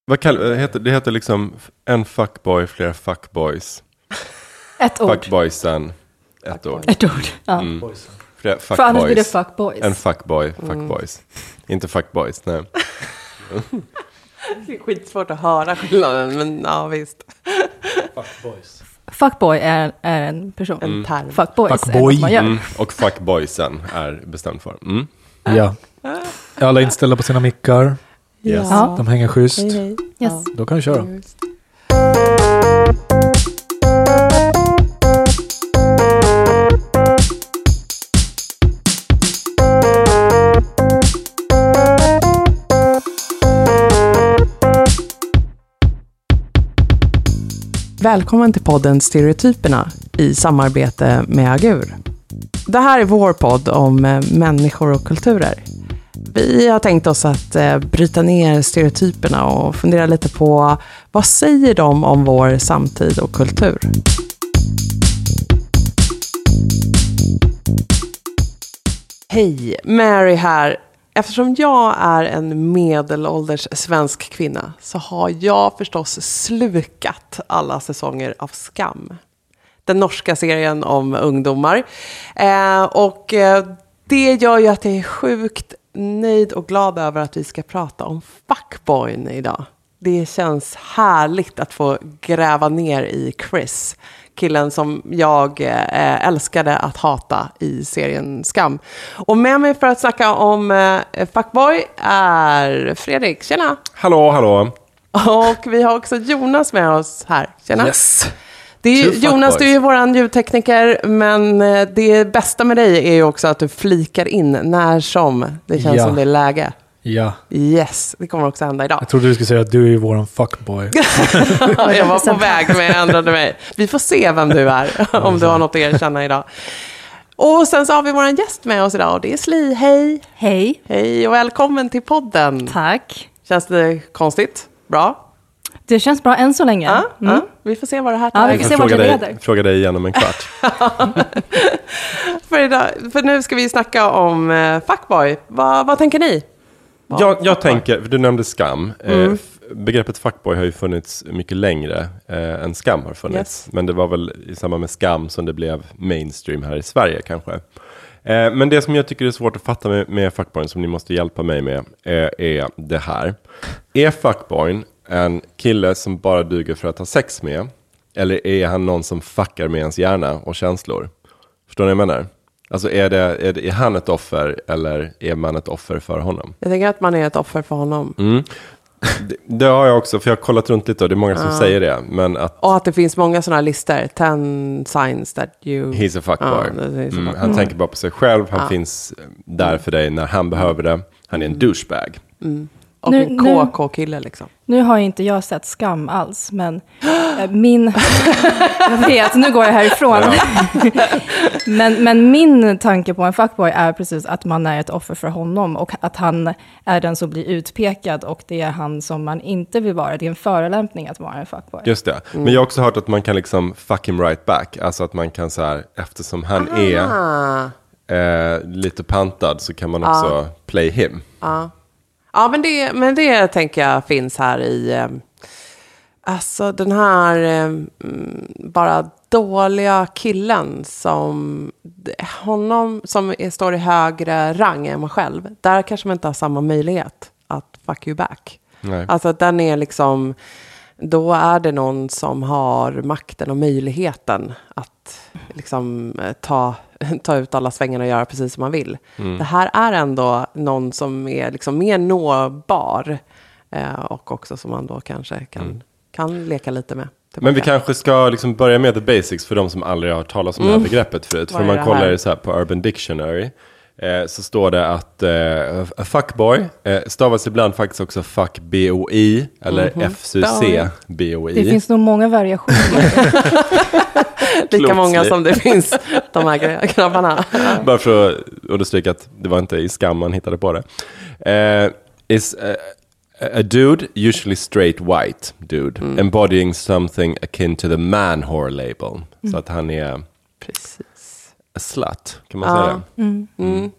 Det heter liksom en fuckboy, flera fuckboys. Ett ord. Fuckboysen. Ett ord. Ett ord, ja. För annars blir det fuckboys. En fuckboy, fuckboys. Inte fuckboys, nej. Det är skitsvårt att höra skillnaden, men ja visst. Fuckboys. Fuckboy är en person. En term. Fuckboys Fuckboy. är vad man gör. Och fuckboysen är bestämd för. Ja. Är alla inställda på sina mickar? Yes. Ja. De hänger schysst. Hej, hej. Yes. Då kan vi köra. Välkommen till podden Stereotyperna i samarbete med Agur. Det här är vår podd om människor och kulturer. Vi har tänkt oss att bryta ner stereotyperna och fundera lite på vad säger de om vår samtid och kultur. Hej, Mary här. Eftersom jag är en medelålders svensk kvinna så har jag förstås slukat alla säsonger av Skam. Den norska serien om ungdomar. Det gör ju att jag är sjukt nöjd och glad över att vi ska prata om fuckboyn idag. Det känns härligt att få gräva ner i Chris, killen som jag älskade att hata i serien Skam. Och med mig för att snacka om fuckboy är Fredrik. Tjena! Hallå. Och vi har också Jonas med oss här. Tjena! Yes. Det är Jonas, du är ju våran ljudtekniker, men det bästa med dig är ju också att du flikar in när som det känns som det är läge. Ja. Yes, det kommer också hända idag. Jag trodde du skulle säga att du är våran fuckboy. Jag var på väg men jag ändrade mig. Vi får se vem du är, om du har något att erkänna idag. Och sen så har vi våran gäst med oss idag och det är Sli. Hej! Hej. Hej och välkommen till podden. Tack. Känns det konstigt? Bra? Det känns bra än så länge. Ja, vi får se vad det här tar Ja, vi vägen. får se vart det leder. Fråga dig igen om en kvart. För nu ska vi snacka om fuckboy. Vad tänker ni? Jag tänker, för du nämnde Skam. Begreppet fuckboy har ju funnits mycket längre än Skam har funnits. Yes. Men det var väl i samband med Skam som det blev mainstream här i Sverige kanske. Men det som jag tycker är svårt att fatta med fuckboyn, som ni måste hjälpa mig med, är det här. Är fuckboyn en kille som bara duger för att ha sex med? Eller är han någon som fuckar med ens hjärna och känslor? Förstår ni vad jag menar? Alltså är han ett offer eller är man ett offer för honom? Jag tänker att man är ett offer för honom. Det har jag också, för jag har kollat runt lite och det är många som säger det. Men Och att det finns många sådana listor. 10 signs that you... He's a fuckboy. Han tänker bara på sig själv. Han finns där för dig när han behöver det. Han är en douchebag. Och en KK-kille liksom. Nu har inte jag sett Skam alls, men jag vet, nu går jag härifrån. men min tanke på en fuckboy är precis att man är ett offer för honom och att han är den som blir utpekad och det är han som man inte vill vara. Det är en förolämpning att vara en fuckboy. Just det. Men jag har också hört att man kan liksom fuck him right back. Alltså att man kan så här, eftersom han är lite pantad så kan man också play him. Ja, men det tänker jag finns här i... Alltså den här bara dåliga killen som står i högre rang än man själv. Där kanske man inte har samma möjlighet att fuck you back. Nej. Alltså att den är liksom... Då är det någon som har makten och möjligheten att liksom ta ut alla svängarna och göra precis som man vill. Det här är ändå någon som är liksom mer nåbar och också som man då kanske kan leka lite med. Men vi kanske ska liksom börja med the basics för de som aldrig har talat om det här begreppet förut. För om man kollar så här på Urban Dictionary så står det att a fuckboy stavas ibland faktiskt också fuck BOI eller FCC BOI. Det finns nog många variationer. Lika många som det finns de här grabbarna. Bara för att understryka att det var inte i Skam man hittade på det. Is a dude, usually straight white dude, embodying something akin to the man whore label. Så att han är precis a slut, kan man säga det?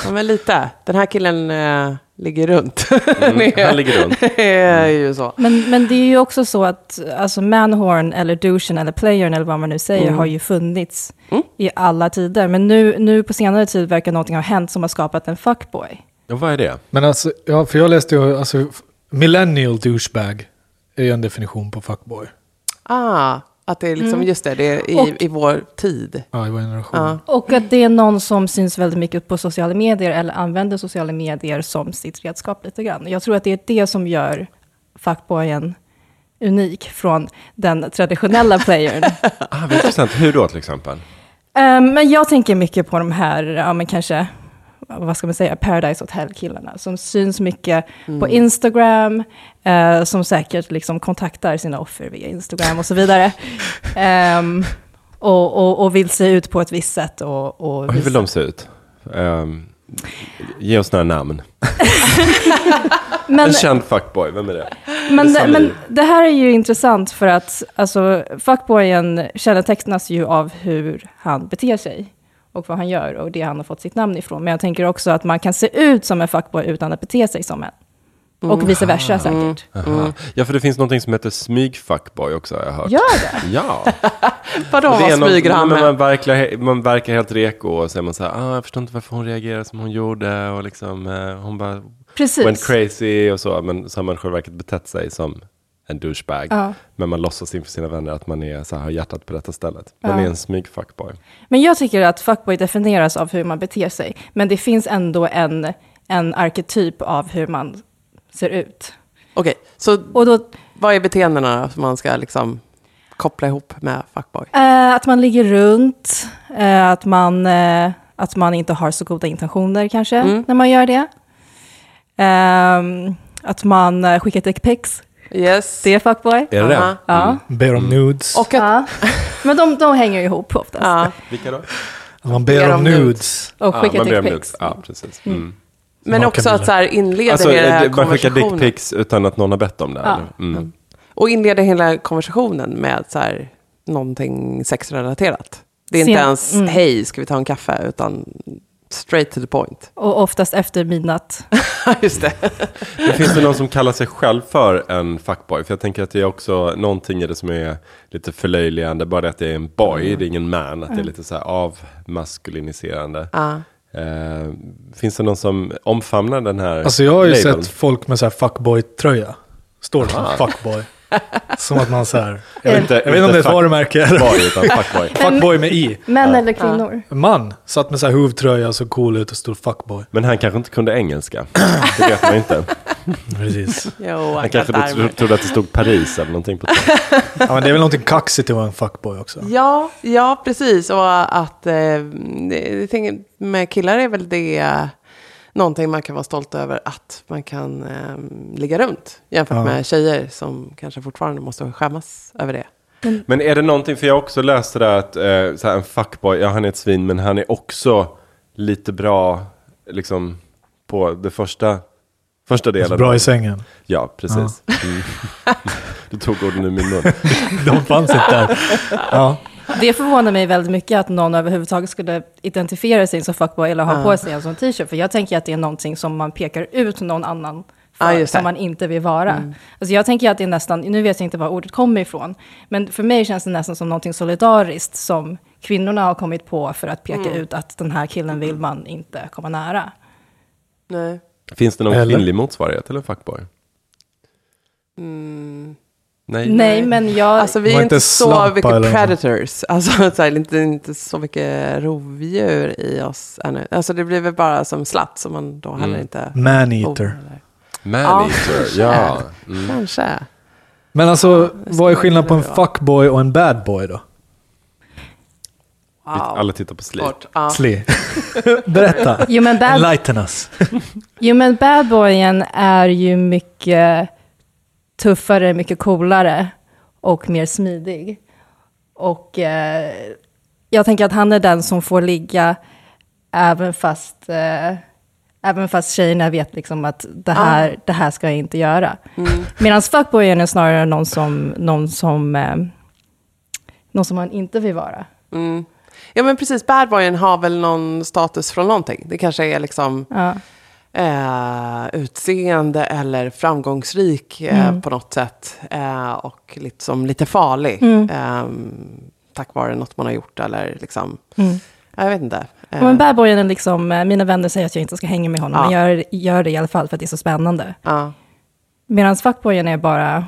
Ja, men lite. Den här killen ligger runt. Han ligger runt. Det är ju så. Men det är ju också så att alltså manhorn eller douchen eller playern eller vad man nu säger har ju funnits i alla tider. Men nu på senare tid verkar någonting ha hänt som har skapat en fuckboy. Och vad är det? Men alltså, ja, för jag läste ju, alltså, millennial douchebag är ju en definition på fuckboy. Att det är liksom, just det är i vår tid. Ja, i vår generation. Och att det är någon som syns väldigt mycket på sociala medier eller använder sociala medier som sitt redskap lite grann. Jag tror att det är det som gör fuckboyen unik från den traditionella playern. Vad intressant. Hur då till exempel? Men jag tänker mycket på de här, ja men kanske, vad ska man säga, Paradise Hotel-killarna som syns mycket på Instagram, som säkert liksom kontaktar sina offer via Instagram och så vidare. Och vill se ut på ett visst sätt. Och hur vill de se ut? Ge oss några namn. En känd fuckboy, vem är det? Men det här är ju intressant för att alltså, fuckboyen kännetecknas ju av hur han beter sig och vad han gör och det han har fått sitt namn ifrån. Men jag tänker också att man kan se ut som en fuckboy utan att bete sig som en. Och vice versa säkert. Ja, för det finns någonting som heter smyg-fuckboy också, har jag hört. Gör det? Ja. Vadå, vad smyger han med? Man verkar helt reko och så är man så här, jag förstår inte varför hon reagerar som hon gjorde och liksom, hon bara went crazy och så, men så har man själv verkat betett sig som en douchebag. Men man låtsas inför sina vänner att man är så här, har hjärtat på detta stället. Man är en smyg-fuckboy. Men jag tycker att fuckboy definieras av hur man beter sig. Men det finns ändå en arketyp av hur man ser ut. Okej, så och då, vad är beteendena som man ska liksom koppla ihop med fuckboy? Att man ligger runt, att man inte har så goda intentioner kanske när man gör det. Att man skickar dickpics. Yes. Det är fuckboy. Är det? Ja. Ber om nudes. Och att, Men de hänger ju ihop oftast. Vilka då? Man ber om nudes. Och skickar dickpics. Ja, precis. men också att så här inleda Alltså, hela man skickar konversationen. dickpics utan att någon har bett om det. Ja. Eller? Och inleda hela konversationen med så här, någonting sexrelaterat. Det är inte ens, hej, ska vi ta en kaffe? Utan straight to the point. Och oftast efter midnatt. Just det. Det finns det någon som kallar sig själv för en fuckboy? För jag tänker att det är också någonting i det som är lite förlöjligande. Bara det att det är en boy, det är ingen man. Att det är lite så här avmaskuliniserande. Finns det någon som omfamnar den här Alltså jag har ju labeln? sett folk med så här fuckboy-tröja. Står det som fuckboy. Som att man så här... Jag vet inte om det är ett varumärke. Boy, utan fuckboy. Fuckboy med i. Män eller kvinnor? Man satt med så här huvtröja, så cool ut och stod fuckboy. Men han kanske inte kunde engelska. Det vet man inte. Precis. Jo, Han kanske trodde att det stod Paris eller någonting på det. Ja, men det är väl någonting kaxigt att vara en fuckboy också. Ja, precis. Och att med killar är väl det någonting man kan vara stolt över, att man kan ligga runt jämfört med tjejer som kanske fortfarande måste skämmas över det. Men är det någonting, för jag också läste det att så här, en fuckboy, ja han är ett svin, men han är också lite bra liksom på det första delen. Bra i sängen. Ja, precis. Du tog orden ur min mun. De fanns inte där. Ja. Det förvånar mig väldigt mycket att någon överhuvudtaget skulle identifiera sig som fuckboy eller ha på sig en sån t-shirt. För jag tänker att det är någonting som man pekar ut någon annan för, som man inte vill vara. Alltså jag tänker att det är nästan, nu vet jag inte var ordet kommer ifrån, men för mig känns det nästan som någonting solidariskt som kvinnorna har kommit på för att peka ut att den här killen vill man inte komma nära. Nej. Finns det någon kvinnlig motsvarighet till en fuckboy? Nej, men jag... Alltså vi är inte så mycket predators. Alltså så här, inte så mycket rovdjur i oss ännu. Alltså det blir väl bara som slatt som man då heller inte... Man-eater. Man-eater, ja. Kanske. Men alltså, vad är skillnaden på en fuckboy och en bad boy då? Alla tittar på Slee. Slee. Berätta. Enlighten us. Men badboyen är ju mycket tuffare, mycket coolare och mer smidig. Och jag tänker att han är den som får ligga även fast tjejerna vet liksom att det här ska jag inte göra. Medan fuckboyen är snarare någon som man inte vill vara. Ja, men precis. Badboyen har väl någon status från någonting. Det kanske är liksom utseende eller framgångsrik på något sätt. Och liksom lite farlig. Tack vare något man har gjort eller liksom... Jag vet inte. Men badboyen är liksom... Mina vänner säger att jag inte ska hänga med honom. Men jag gör det i alla fall för att det är så spännande. Medan fuckboyen är bara...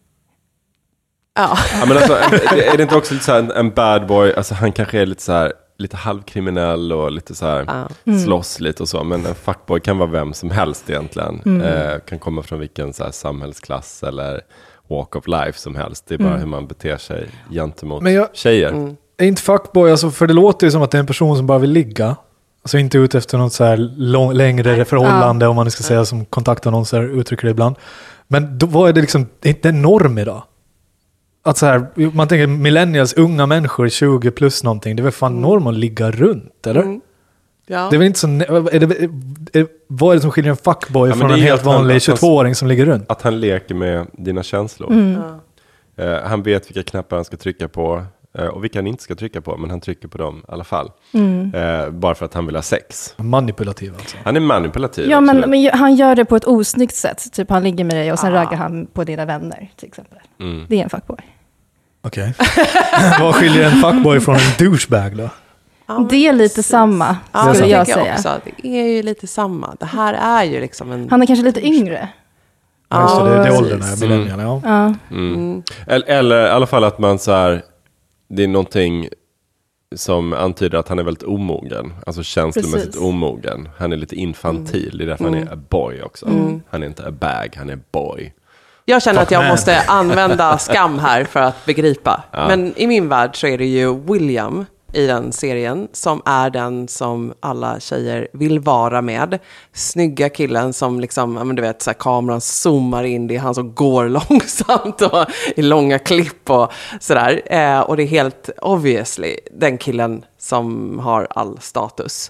Ja, men alltså, är det inte också lite så här en bad boy, alltså han kanske är lite så här, lite halvkriminell och lite så här slåss lite och så, men en fuckboy kan vara vem som helst egentligen. Kan komma från vilken så här samhällsklass eller walk of life som helst. Det är bara hur man beter sig gentemot tjejer. Är inte fuckboy, alltså, för det låter ju som att det är en person som bara vill ligga. Alltså inte ut efter något så här längre förhållande, om man ska säga, som kontaktar någon, så här uttrycker det ibland. Men då, vad är det liksom, är inte en norm idag? Att så här, man tänker millennials, unga människor, 20 plus någonting, det är väl fan norm att ligga runt, eller? Ja. Det är väl inte så... vad är det som skiljer en fuckboy från en helt vanlig 22-åring som ligger runt? Att han leker med dina känslor. Han vet vilka knappar han ska trycka på och vilka han inte ska trycka på, men han trycker på dem i alla fall. Bara för att han vill ha sex. Manipulativ alltså. Han är manipulativ. Ja, men han gör det på ett osnyggt sätt. Typ han ligger med dig och sen raggar han på dina vänner, till exempel. Det är en fuckboy. Okej. Vad skiljer en fuckboy från en douchebag då? Ja, det är lite samma, skulle jag säga. Också. Det är ju lite samma. Det här är ju liksom en... Han är kanske lite yngre. Ja, så det är åldern här, millennial, Eller i alla fall att man så här... Det är någonting som antyder att han är väldigt omogen. Alltså känslomässigt omogen. Han är lite infantil. Det är därför han är a boy också. Han är inte a bag, han är boy. Jag känner att jag måste använda skam här för att begripa. Men i min värld så är det ju William i den serien som är den som alla tjejer vill vara med. Snygga killen som liksom, ja men du vet, så här, kameran zoomar in, det är han som går långsamt och i långa klipp och sådär. Och det är helt obviously den killen som har all status.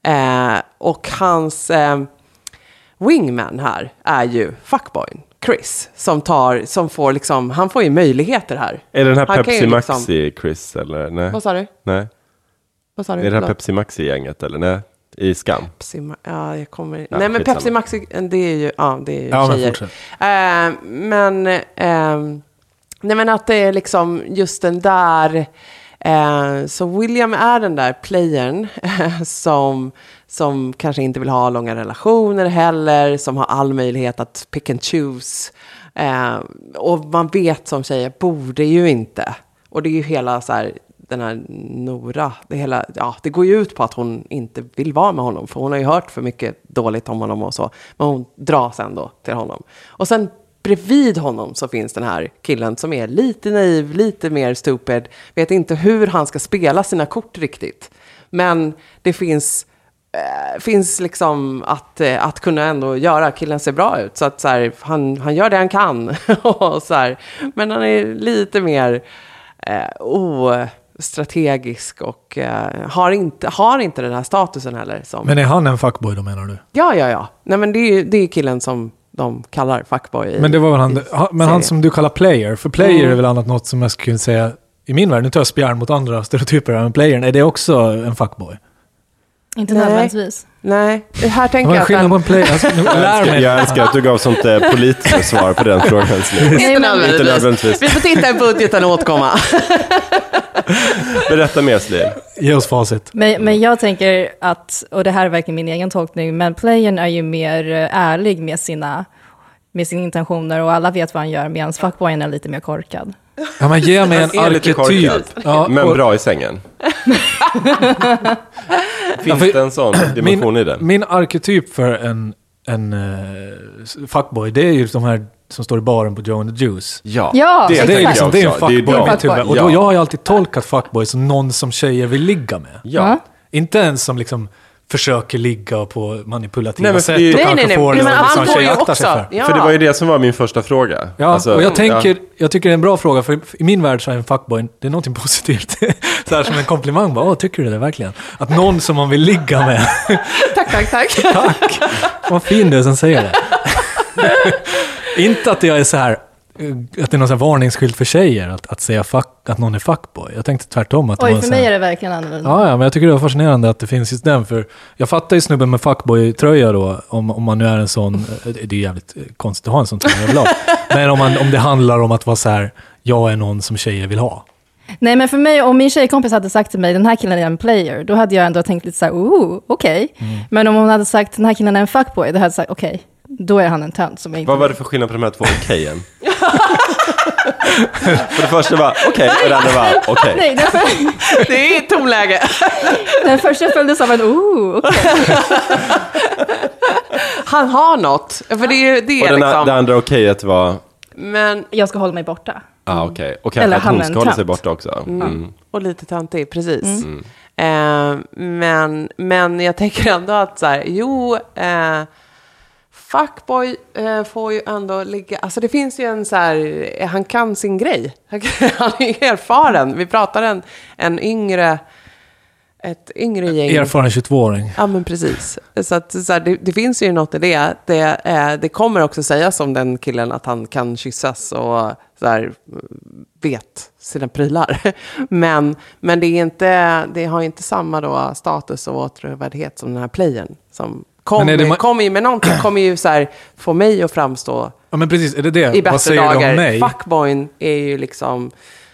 Och hans wingman här är ju fuckboyn Chris, som får liksom, han får ju möjligheter här. Är det den här han Pepsi Maxi liksom... Chris eller nej? Vad sa du? Nej. Vad sa du? Är det här Pepsi Maxi gänget eller nej? I Skam? Ja, jag kommer... nej, men Pepsi Maxi, det är ju, det är ju tjejer. Nej, men att det är liksom just den där... så William är den där playern som kanske inte vill ha långa relationer heller, som har all möjlighet att pick and choose. Och man vet som tjejer, borde ju inte. Och det är ju hela så här, den här Nora, det går ju ut på att hon inte vill vara med honom, för hon har ju hört för mycket dåligt om honom och så. Men hon dras ändå till honom. Och sen bredvid honom så finns den här killen som är lite naiv, lite mer stupid. Vet inte hur han ska spela sina kort riktigt. Men det finns liksom att kunna ändå göra killen ser bra ut. Så att så här, han gör det han kan. Och så här, men han är lite mer strategisk och har inte den här statusen heller. Men är han en fuckboy då, menar du? Ja. Nej, men det är killen som de kallar fuckboy. Men det var väl han som du kallar player. För player är väl annat något som jag skulle säga i min värld. Nu tar jag spjärn mot andra stereotyper. Men playern, är det också en fuckboy? Inte nödvändigtvis. Nej, här tänker jag att... På en player. Alltså, jag älskar att du gav sånt politiskt svar på den frågan. Inte nödvändigtvis. Vi får titta i budgeten och återkomma. Berätta mer, Slil. Ge oss facit. Men jag tänker att, och det här är verkligen min egen tolkning, men playern är ju mer ärlig med sina intentioner och alla vet vad han gör, medan fuckboyen är lite mer korkad. Ja, men ge mig en arketyp. Ja, men bra i sängen. Finns det en sån dimension i den? Min arketyp för en fuckboy, det är ju de här som står i baren på Joe and the Juice. Ja, det är liksom, det är en fuckboy i mitt huvud. Och då, jag har ju alltid tolkat fuckboy som någon som tjejer vill ligga med. Ja. Inte ens som liksom försöker ligga på manipulativa sätt och kanske får men liksom tjejer aktar sig för. Ja. För det var ju det som var min första fråga. Ja, alltså, och jag tycker det är en bra fråga, för i min värld så är en fuckboy, det är någonting positivt. Så här som en komplimang, bara, tycker du det verkligen? Att någon som man vill ligga med. Tack. Tack. Vad fin du är som säger det. Inte att jag är så här, att det är någon sån här varningsskylt för tjejer att säga att någon är fuckboy. Jag tänkte tvärtom. Att för mig är det verkligen annorlunda. Ja, men jag tycker det var fascinerande att det finns just den. För jag fattar ju snubben med fuckboy-tröja då, om man nu är en sån, det är jävligt konstigt att ha en sån tröja överlag. Men om det handlar om att vara så här, jag är någon som tjejer vill ha. Nej, men för mig, om min tjejkompis hade sagt till mig, den här killen är en player, då hade jag ändå tänkt lite så här, okej. Men om hon hade sagt, den här killen är en fuckboy, då hade jag sagt, okej, då är han en tönt som jag inte... Vad var det för skillnad på de här två okejen? För det första var okej, och det andra var okej. Nej, det är tomläge. Den första följdes av en okej. Han har något. För det är och liksom... det andra okejet var... Men... Jag ska hålla mig borta. Okej. Och kanske att hon ska hålla sig borta också. Och lite töntig, precis. Men jag tänker ändå att så här, fuckboy får ju ändå ligga... Alltså det finns ju en så här... Han kan sin grej. Han är erfaren. Vi pratar ett yngre gäng. Erfaren 22-åring. Ja, men precis. Så här, det finns ju något i det. Det kommer också sägas om den killen att han kan kyssas och så här, vet sina prylar. Men det har inte samma då status och återvärdighet som den här playern som kommer ju med någonting, kommer ju så här, få mig att framstå. Ja, men precis, är det? I bättre Vad säger dagar. De om mig? Fuckboyn är ju liksom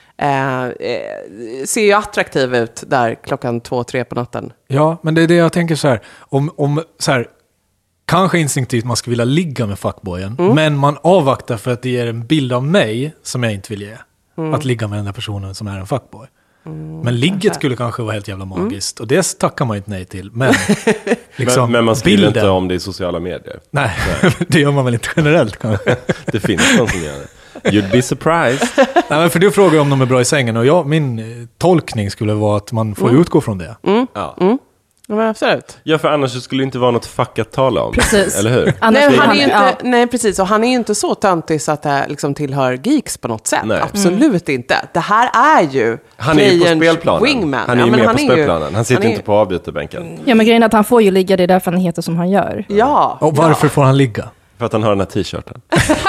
ser ju attraktiv ut där 2-3 på natten. Ja, men det är det jag tänker så här, om så här, kanske instinktivt man skulle vilja ligga med fuckboyen, men man avvaktar för att det ger en bild av mig som jag inte vill ge. Att ligga med den där personen som är en fuckboy. Men ligget skulle kanske vara helt jävla magiskt. Och det tackar man inte nej till. Men, liksom, men man skriver bilden, inte om det i sociala medier. Nej, det gör man väl inte generellt kanske. Det finns någon som gör det. You'd be surprised. Nej, men för du frågar om de är bra i sängen. Och min tolkning skulle vara att man får utgå från det. Ja. Ja, men absolut. Ja, för annars skulle det inte vara något fuck att tala om. Precis. Eller hur? Nej, precis. Och han är ju inte så töntig så att det liksom tillhör geeks på något sätt. Nej. Absolut inte. Det här är ju han är ju på spelplanen. Wingman. Han är ju med på spelplanen. Han sitter inte på avbytarbänken. Ja, men grejen är att han får ju ligga, det är därför han heter som han gör. Ja. Och varför får han ligga? För att han har den här t-shirten.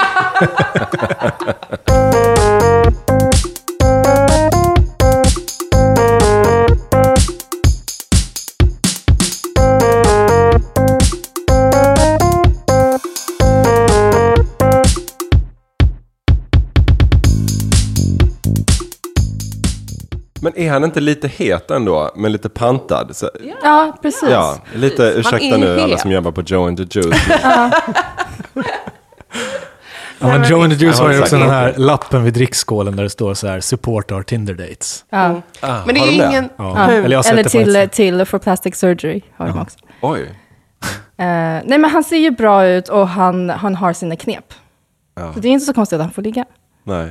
Men är han inte lite het ändå, men lite pantad? Så, ja, precis. Ja, lite, ursäkta nu alla som jobbar på Joe and the Juice. Ja, men Joe and the Juice har ju också den här lappen vid drickskålen där det står så här, support our Tinder dates. Men det är ingen... Ja. Eller till for plastic surgery har de också. Oj. Nej, men han ser ju bra ut och han har sina knep. Så det är inte så konstigt att han får ligga. Nej.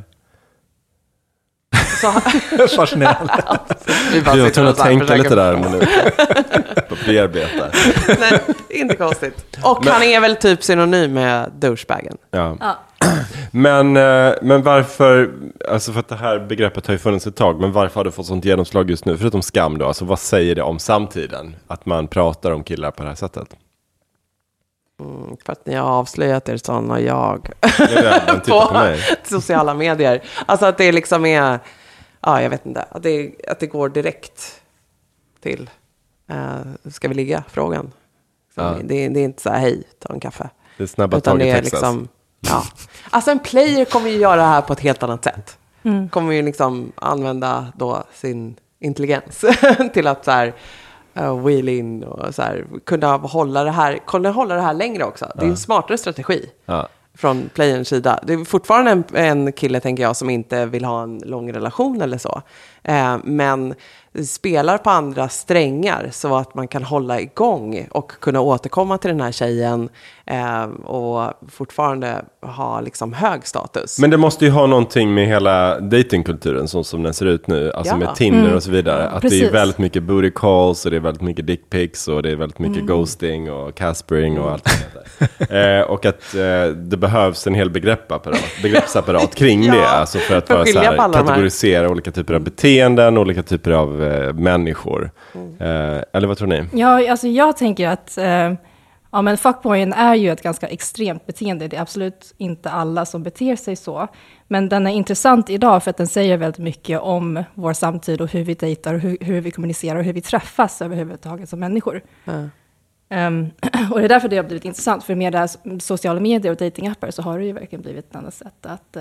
Fascinerande. Vi var tvungna att tänka lite där men nu på bearbeta. Nej, inte konstigt. Och han är väl typ synonym med douchebagen. Ja. Men varför, alltså för att det här begreppet har ju funnits ett tag, men varför har det fått sånt genomslag just nu? Förutom skam då, alltså vad säger det om samtiden? Att man pratar om killar på det här sättet? För att ni har avslöjat er sån och jag på sociala medier. Alltså att det liksom är, ja jag vet inte, att det går direkt till ska vi ligga? Frågan. Det är inte så här, hej, ta en kaffe. Det är snabba tag i Texas. Liksom, ja. Alltså en player kommer ju göra det här på ett helt annat sätt. Kommer ju liksom använda då sin intelligens till att så här wheel in och så här, kunna hålla det här längre också. Det är en smartare strategi från playerns sida. Det är fortfarande en kille, tänker jag, som inte vill ha en lång relation eller så. Men spelar på andra strängar så att man kan hålla igång och kunna återkomma till den här tjejen och fortfarande ha liksom hög status. Men det måste ju ha någonting med hela datingkulturen som den ser ut nu, alltså med Tinder och så vidare. Att det är väldigt mycket booty calls och det är väldigt mycket dick pics och det är väldigt mycket ghosting och caspering och allt det där. Och att det behövs en hel begreppsapparat kring det, alltså för att bara så här, kategorisera olika typer av beteenden, olika typer av människor. Eller vad tror ni? Ja, alltså jag tänker att Ja, men fuckboyen är ju ett ganska extremt beteende. Det är absolut inte alla som beter sig så. Men den är intressant idag för att den säger väldigt mycket om vår samtid och hur vi dejtar och hur vi kommunicerar och hur vi träffas överhuvudtaget som människor. Och det är därför det har blivit intressant. För med sociala medier och datingappar så har det ju verkligen blivit ett annat sätt att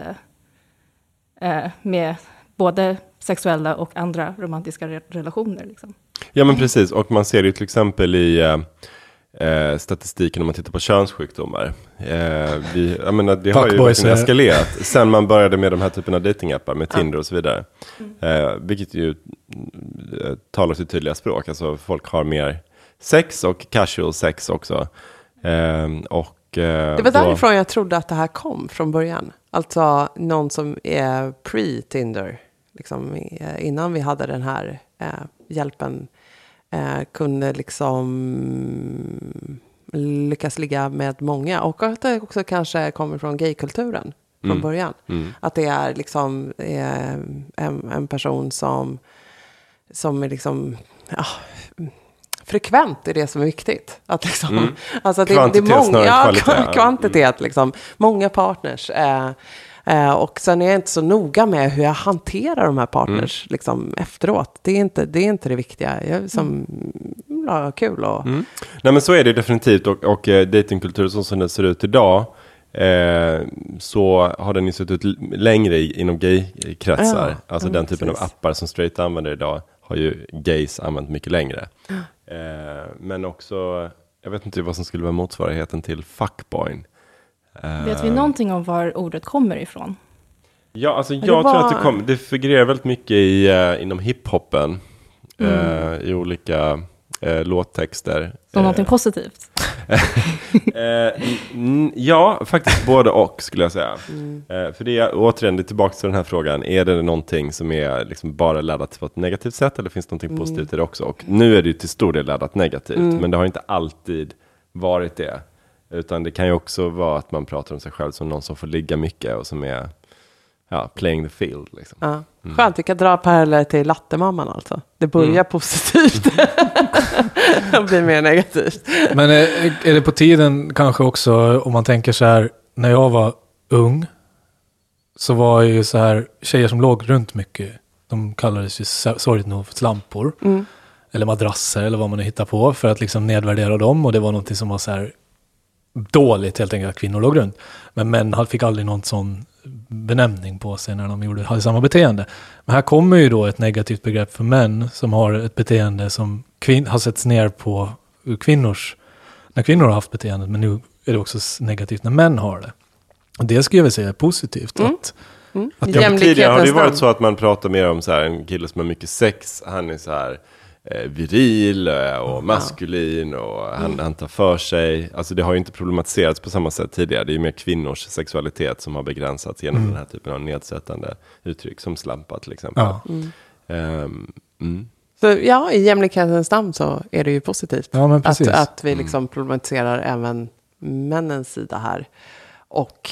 med både sexuella och andra romantiska relationer. Liksom. Ja, men precis. Och man ser det till exempel i statistiken om man tittar på könssjukdomar. Jag menar, det har ju verkligen eskalerat sen man började med de här typen av datingappar med Tinder och så vidare. Vilket ju talar sitt tydliga språk. Alltså folk har mer sex och casual sex också. Det var därifrån jag trodde att det här kom från början. Alltså någon som är pre-Tinder. Liksom, innan vi hade den här hjälpen kunde liksom lyckas ligga med många. Och att det också kanske kommer från gaykulturen från början. Att det är liksom en person som är liksom... frekvent är det som är viktigt. Att liksom, alltså kvantitet det är många, kvalitet. Kvantitet, liksom, många partners. Och sen är jag inte så noga med hur jag hanterar de här partners liksom, efteråt. Det är inte det viktiga. Jag är som kul. Och... Nej, men så är det definitivt. Och datingkultur som det ser ut idag så har den ju sett ut längre inom gay-kretsar. Alltså den typen av appar som straight använder idag har ju gays använt mycket längre. Men också, jag vet inte vad som skulle vara motsvarigheten till fuckboy. Vet vi någonting om var ordet kommer ifrån? Ja, alltså jag tror att det figurerar väldigt mycket inom hiphopen. I olika låttexter. Som någonting positivt? Ja, faktiskt både och skulle jag säga. För det är återigen tillbaka till den här frågan. Är det någonting som är liksom bara laddat på ett negativt sätt eller finns det någonting positivt i det också? Och nu är det ju till stor del laddat negativt. Men det har inte alltid varit det. Utan det kan ju också vara att man pratar om sig själv som någon som får ligga mycket och som är playing the field. Liksom. Ja. Skönt, vi kan dra paralleller till lattemamman alltså. Det börjar positivt och blir mer negativt. Men är det på tiden kanske också, om man tänker så här, när jag var ung så var ju så här, tjejer som låg runt mycket, de kallades ju sorgligt nog för slampor. Eller madrasser eller vad man hittar på för att liksom nedvärdera dem, och det var någonting som var så här dåligt helt enkelt att kvinnor låg runt. Men män fick aldrig någon sån benämning på sig när de hade samma beteende. Men här kommer ju då ett negativt begrepp för män som har ett beteende som har setts ner på när kvinnor har haft beteendet, men nu är det också negativt när män har det. Och det skulle jag väl säga är positivt. Tidigare har det varit så att man pratar mer om så här, en kille som har mycket sex, han är så här viril och maskulin och han tar för sig. Alltså det har ju inte problematiserats på samma sätt tidigare. Det är ju mer kvinnors sexualitet som har begränsats genom den här typen av nedsättande uttryck som slampa till exempel. Så i jämlikhetens namn så är det ju positivt att vi liksom problematiserar även männens sida här. Och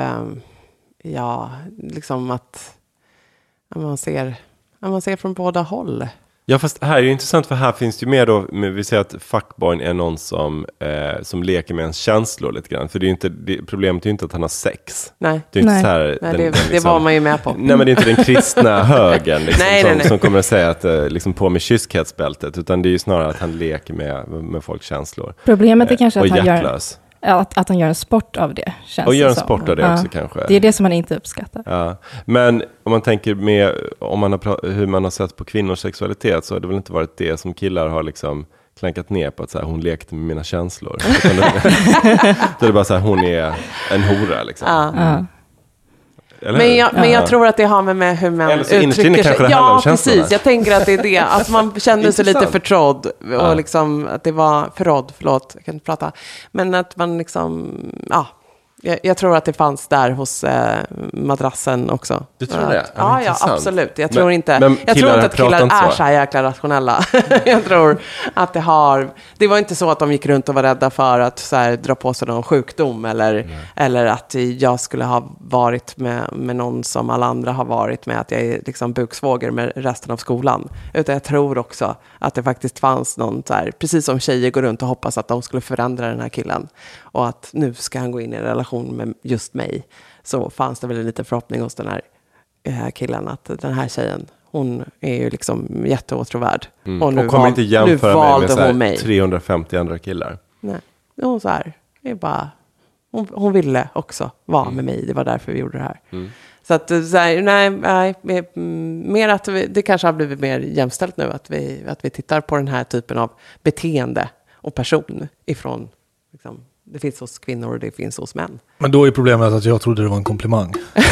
liksom att man ser från båda håll. Ja, fast här är det intressant, för här finns det ju mer då, vi säger att fuckboy är någon som leker med ens känslor lite grann. För det är inte, problemet är ju inte att han har sex. Nej, det är inte så här, det var man ju med på. Nej, men det är inte den kristna högen liksom, som kommer att säga att liksom på med kyskhetsbältet, utan det är ju snarare att han leker med folks känslor. Problemet är kanske att han hjärtlös. Att han gör en sport av det. Och gör en sport av det också kanske. Det är det som man inte uppskattar. Ja. Men om man tänker med hur man har sett på kvinnors sexualitet, så har det väl inte varit det som killar har liksom klankat ner på, att så här, hon lekte med mina känslor. Då är det bara så här, hon är en hora liksom. Men jag tror att det har med hur man uttrycker sig. Ja, precis. Jag tänker att det är det. Att man kände sig lite förtrodd. Och liksom att det var förrådd, förlåt, jag kan inte prata. Men att man liksom, Jag tror att det fanns där hos madrassen också. Du tror det? Ja, absolut. Jag tror inte att killar är så här jäkla rationella. Jag tror att det var inte så att de gick runt och var rädda för att så här, dra på sig någon sjukdom eller att jag skulle ha varit med någon som alla andra har varit med, att jag är liksom buksvåger med resten av skolan. Utan jag tror också att det faktiskt fanns någon så här, precis som tjejer går runt och hoppas att de skulle förändra den här killen och att nu ska han gå in i en relation med just mig, så fanns det väl en liten förhoppning hos den här killen att den här tjejen, hon är ju liksom jätteåtråvärd. Och nu kommer inte jämföra mig med så här 350 andra killar. Nej, hon så här, det är bara, hon ville också vara med mig, det var därför vi gjorde det här. Så att så här, nej, mer att det kanske har blivit mer jämställt nu, att vi tittar på den här typen av beteende och person ifrån liksom, det finns hos kvinnor och det finns hos män. Men då är problemet att jag trodde det var en komplimang.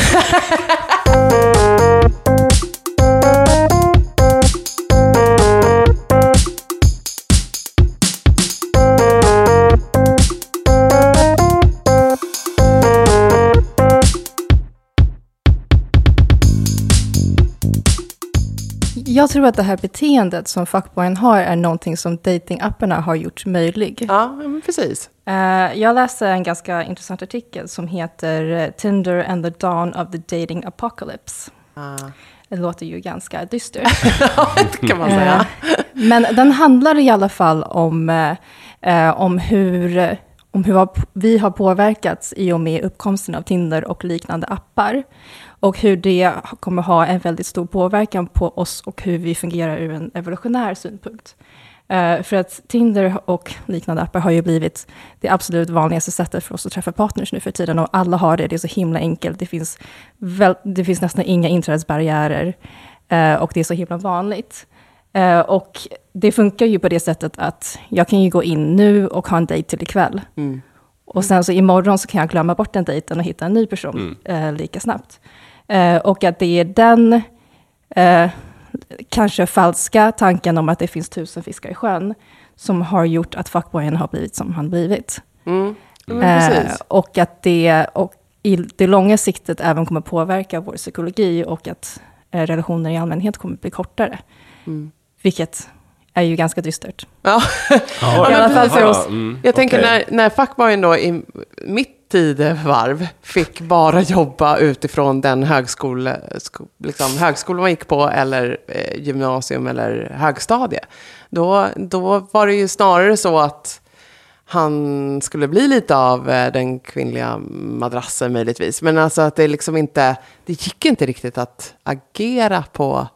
Jag tror att det här beteendet som fuckboyen har är någonting som datingapparna har gjort möjlig. Ja, men precis. Jag läste en ganska intressant artikel som heter Tinder and the Dawn of the Dating Apocalypse. Det låter ju ganska dystert. Det kan man säga. Men den handlar i alla fall om hur vi har påverkats i och med uppkomsten av Tinder och liknande appar. Och hur det kommer ha en väldigt stor påverkan på oss och hur vi fungerar ur en evolutionär synpunkt. För att Tinder och liknande appar har ju blivit det absolut vanligaste sättet för oss att träffa partners nu för tiden. Och alla har det är så himla enkelt. Det finns nästan inga inträdesbarriärer. Och det är så himla vanligt. Och det funkar ju på det sättet att jag kan ju gå in nu och ha en dejt till ikväll. Och sen så imorgon så kan jag glömma bort den dejten och hitta en ny person lika snabbt. Och att det är den kanske falska tanken om att det finns 1000 fiskar i sjön som har gjort att fuckboyen har blivit som han blivit. Och att det och i det långa siktet även kommer påverka vår psykologi och att relationer i allmänhet kommer bli kortare. Vilket är ju ganska dystert. Ja, i alla fall för oss. Jag tänker när fuckboyen då i mitt tidevarv fick bara jobba utifrån den högskola man gick på eller gymnasium eller högstadie. Då var det ju snarare så att han skulle bli lite av den kvinnliga madrassen möjligtvis. Men alltså att det liksom inte, det gick inte riktigt att agera på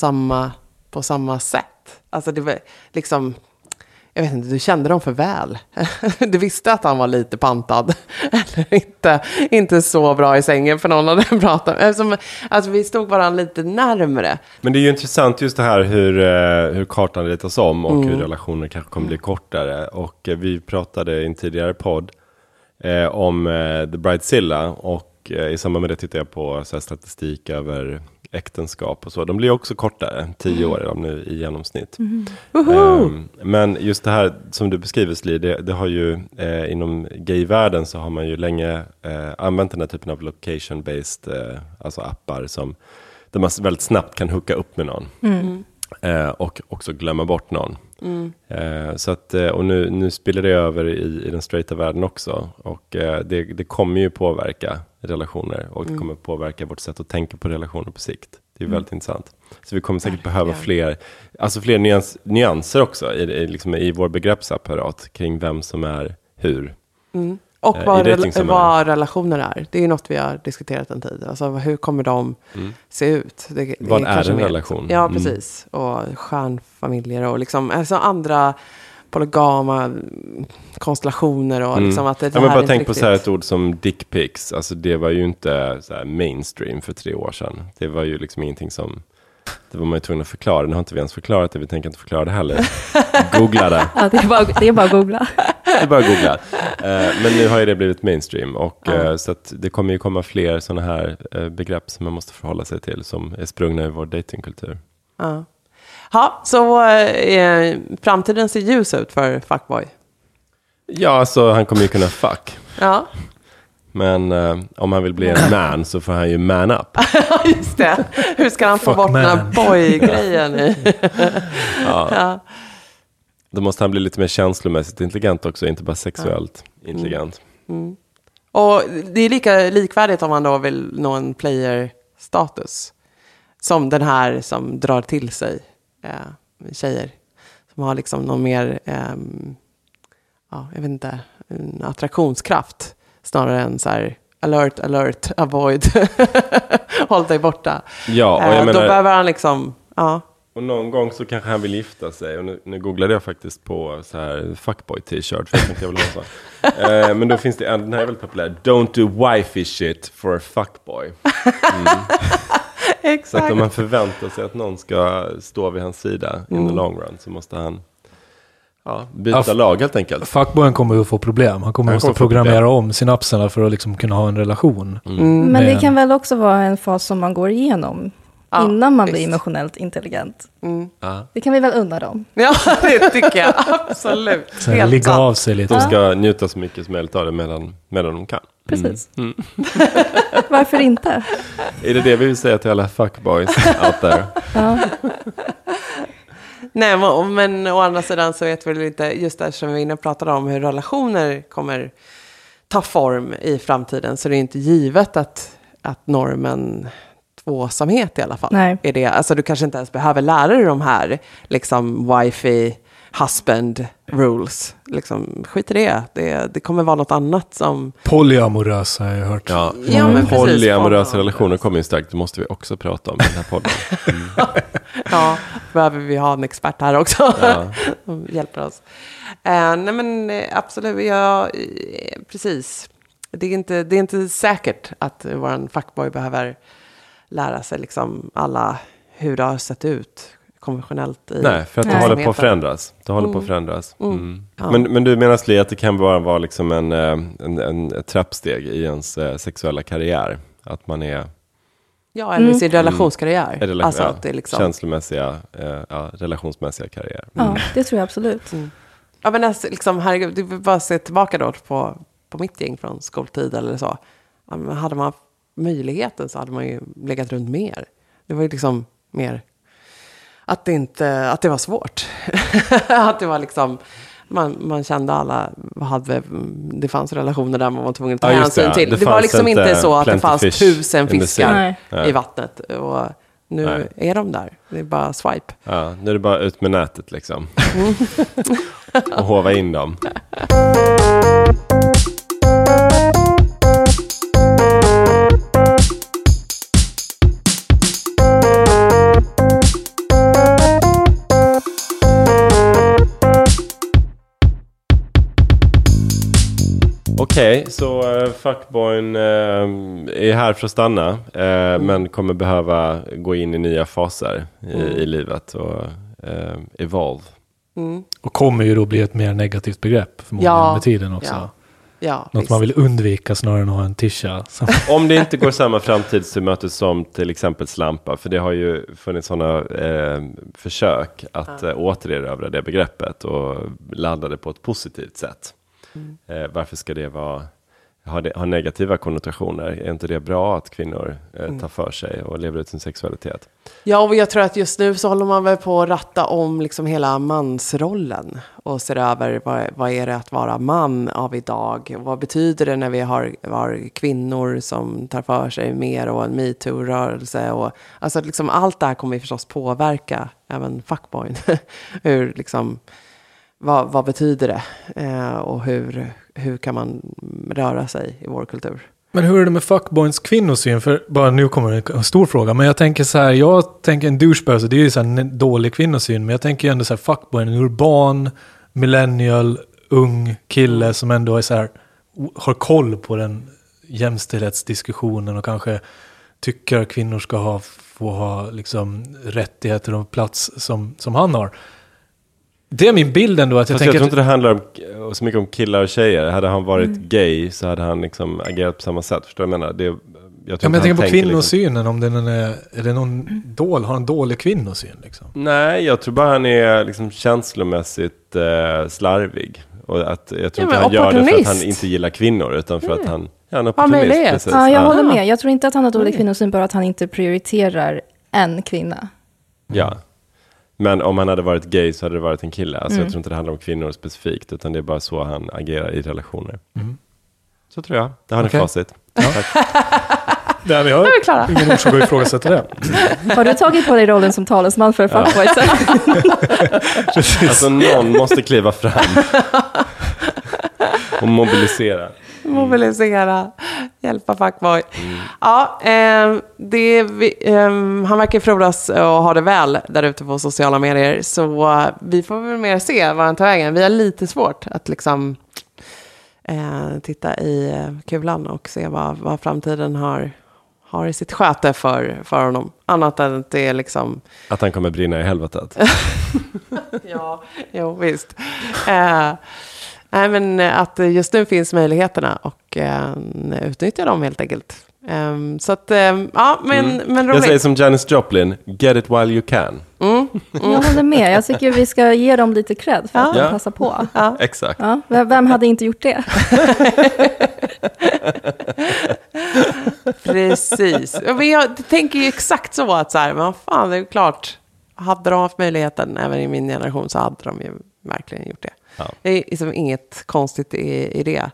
samma sätt. Alltså det var liksom, jag vet inte, du kände dem för väl. Du visste att han var lite pantad. Eller inte så bra i sängen för någon hade pratat. Alltså vi stod varandra lite närmare. Men det är ju intressant just det här hur kartan ritas om och hur relationer kanske kommer bli kortare. Och vi pratade i en tidigare podd om The Bridezilla. Och i samband med det tittade jag på så här, statistik över äktenskap och så. De blir också kortare, 10 år är de nu i genomsnitt. Men just det här som du beskriver, Sli, det har ju inom gayvärlden så har man ju länge använt den här typen av location-based alltså appar där man väldigt snabbt kan hooka upp med någon. Och också glömma bort någon. Så att, och nu spiller det över i den straighta världen också. Och det kommer ju påverka relationer. Och det kommer påverka vårt sätt att tänka på relationer på sikt. Det är väldigt intressant. Så vi kommer säkert behöva fler nyanser också i vår begreppsapparat kring vem som är hur. Och vad relationer är. Det är ju något vi har diskuterat en tid. Alltså hur kommer de se ut? Vad är en relation? Ja, precis. Och stjärnfamiljer och liksom, alltså andra polygama konstellationer och liksom att det men här bara tänk på riktigt. så här ett ord som dick pics. Alltså det var ju inte så här mainstream för 3 år sedan. Det var ju liksom ingenting som det var man ju tvungen att förklara. Nu har inte vi ens förklarat det. Vi tänker inte förklara det heller. Googla det. Ja, det är bara att googla. Det är bara att googla. Men nu har ju det blivit mainstream. Och, så att det kommer ju komma fler sådana här begrepp som man måste förhålla sig till. Som är sprungna i vår datingkultur. Ja, så framtiden ser ljus ut för fuckboy. Ja, alltså han kommer ju kunna fuck. Ja. Men om han vill bli en man så får han ju man up. Just det. Hur ska han få bort den här boy-grejen i? Ja. Då måste han bli lite mer känslomässigt intelligent också, inte bara sexuellt intelligent. Och det är lika likvärdigt om man då vill nå en player-status. Som den här som drar till sig tjejer. Som har liksom någon mer, jag vet inte, en attraktionskraft. Snarare än så här, alert, avoid. Håll dig borta. Ja, och jag menar, då behöver han liksom, Och någon gång så kanske han vill gifta sig. Och nu googlade jag faktiskt på så här fuckboy t-shirt. För jag tänkte jag vill ha så. Men då finns det den här är väldigt populär. Don't do wifey shit for a fuckboy. Exakt. Så att om man förväntar sig att någon ska stå vid hans sida in the long run så måste han byta lag helt enkelt. Fuckboyen kommer ju få problem. Han kommer måste programmera om synapserna för att liksom kunna ha en relation. Men det kan väl också vara en fas som man går igenom innan man blir emotionellt intelligent. Det kan vi väl undra dem. Ja, det tycker jag. Absolut. Sen ligga av sig lite. De ska njuta så mycket som möjligt av det medan de kan. Precis. Varför inte? Är det vi vill säga till alla fuckboys out there? Nej, men å andra sidan så vet vi inte, just där som vi inne pratade om hur relationer kommer ta form i framtiden, så det är inte givet att normen tvåsamhet i alla fall. Nej. Är det. Alltså du kanske inte ens behöver lära dig de här liksom wifey, husband rules. Liksom, skit i det. Det kommer vara något annat som... Polyamorösa har jag hört. Ja, men precis. Polyamorösa relationer kommer ju starkt. Det måste vi också prata om i den här podden. Ja, behöver vi ha en expert här också. Som hjälper oss. Nej men absolut, precis. Det är inte säkert att vår fuckboy behöver lära sig liksom hur det har sett ut konventionellt i. Nej, för att det håller på att förändras. Men du menar, Li, att det kan vara liksom ett trappsteg i ens sexuella karriär? Att man är... Ja, eller sin relationskarriär. Alltså att det är liksom... Känslomässiga, relationsmässiga karriär. Ja, det tror jag absolut. Ja, men alltså, liksom, herregud, du vill bara se tillbaka då på mitt gäng från skoltid eller så. Ja, hade man möjligheten så hade man ju legat runt mer. Det var ju liksom mer att det var svårt. Att det var liksom man kände alla det fanns relationer där man var tvungen att ta hänsyn till. Det var liksom inte så att det fanns 1000 fiskar i vattnet och nu är de där. Det är bara swipe. Ja, nu är det bara ut med nätet liksom. Och hova in dem. Okej, så fuckboyn är här för att stanna, men kommer behöva gå in i nya faser i livet och evolve. Och kommer ju då bli ett mer negativt begrepp förmodligen med tiden också. Ja, något man vill undvika snarare än att ha en tisha. Om det inte går samma framtidsmöte som till exempel slampa, för det har ju funnits sådana försök att återerövra det begreppet och ladda det på ett positivt sätt. Varför ska det ha negativa konnotationer? Är inte det bra att kvinnor tar för sig och lever ut sin sexualitet? Ja, och jag tror att just nu så håller man väl på att ratta om liksom hela mansrollen och ser över vad är det att vara man av idag? Vad betyder det när vi har kvinnor som tar för sig mer och en MeToo-rörelse? Och, alltså liksom allt det här kommer ju förstås påverka även fuckboyn. Hur liksom... Vad betyder det? Och hur kan man röra sig i vår kultur? Men hur är det med fuckboys kvinnosyn? För bara nu kommer en stor fråga. Men jag tänker en douchebag, så det är ju så här en dålig kvinnosyn. Men jag tänker ändå så här fuckboy, en urban, millennial, ung kille som ändå är så här, har koll på den jämställdhetsdiskussionen och kanske tycker att kvinnor ska få ha liksom rättigheter och plats som han har. Det är min bild ändå. Att jag tror inte det handlar så mycket om killar och tjejer. Hade han varit gay så hade han liksom agerat på samma sätt. Förstår du vad jag menar? Jag tänker på kvinnosynen. Liksom, om den är det någon har en dålig kvinnosyn? Liksom. Nej, jag tror bara han är liksom känslomässigt slarvig. Och att jag tror inte han gör det för att han inte gillar kvinnor. Utan för att han Ja, en opportunist, precis. Ja, jag håller med. Jag tror inte att han har dålig kvinnosyn, bara att han inte prioriterar en kvinna. Ja. Men om han hade varit gay så hade det varit en kille. Alltså jag tror inte det handlar om kvinnor specifikt, utan det är bara så han agerar i relationer. Så tror jag. Det har ni facit. Ja. Tack. Nej, vi har ingen orsak att ifrågasätta det. Har du tagit på dig rollen som talesman för fuckboys? Alltså någon måste kliva fram och mobilisera. Hjälpa fuckboy. Ja, han verkar frodas och ha det väl där ute på sociala medier. Så vi får väl mer se vad han tar vägen. Vi har lite svårt att liksom titta i kulan och se vad framtiden har i sitt sköte för honom. Annat än att det är liksom... Att han kommer brinna i helvetet. Ja, jo, visst. Nej, men att just nu finns möjligheterna och utnyttja dem helt enkelt. Så att, ja, men roligt. Jag säger som Janis Joplin, get it while you can. Jag håller med. Jag tycker vi ska ge dem lite cred för att de passar på. Ja. Exakt. Ja, vem hade inte gjort det? Precis. Men jag tänker ju exakt så att så här, men fan, det är klart, hade de haft möjligheten även i min generation så hade de ju verkligen gjort det. Ja. Det är liksom inget konstigt i det.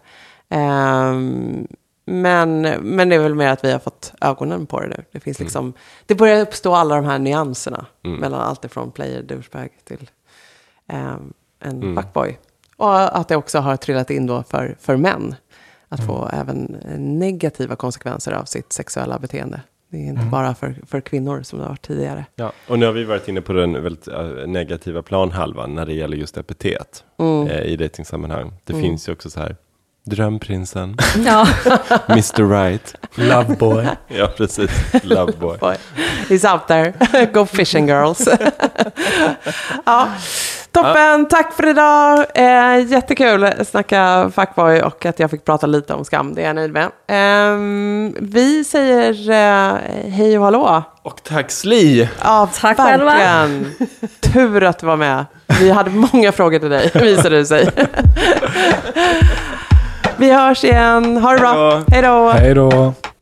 Men det är väl mer att vi har fått ögonen på det nu. Det finns liksom, det börjar uppstå alla de här nyanserna mellan allt ifrån player, douchebag till en fuckboy. Och att det också har trillat in då för män att få även negativa konsekvenser av sitt sexuella beteende. Det är inte bara för kvinnor som det har varit tidigare. Ja, och nu har vi varit inne på den väldigt negativa planhalvan när det gäller just epitet i datingsammanhang. Det finns ju också så här drömprinsen, Mr. Right, Loveboy. Ja, precis. Loveboy. He's out there. Go fishing, girls. Ja. Toppen, tack för idag. Jättekul att snacka fuckboy och att jag fick prata lite om skam. Det är jag nöjd med. Vi säger hej och hallå. Och tack Sli. Ja, tack verkligen. Tur att du var med. Vi hade många frågor till dig, visade det sig. Vi hörs igen. Ha det bra. Hej då. Hej då.